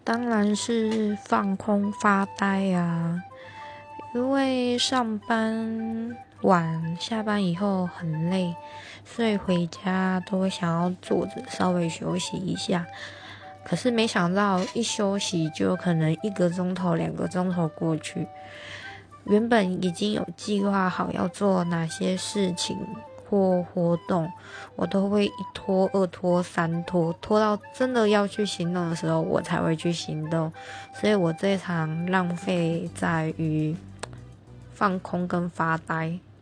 当然是放空发呆啊，因为上班晚，下班以后很累，所以回家都会想要坐着稍微休息一下。可是没想到一休息就可能1个钟头、2个钟头过去。原本已经有计划好要做哪些事情或活动，我都会一拖二拖三拖，拖到真的要去行动的时候，我才会去行动。所以我这场浪费在于放空跟发呆。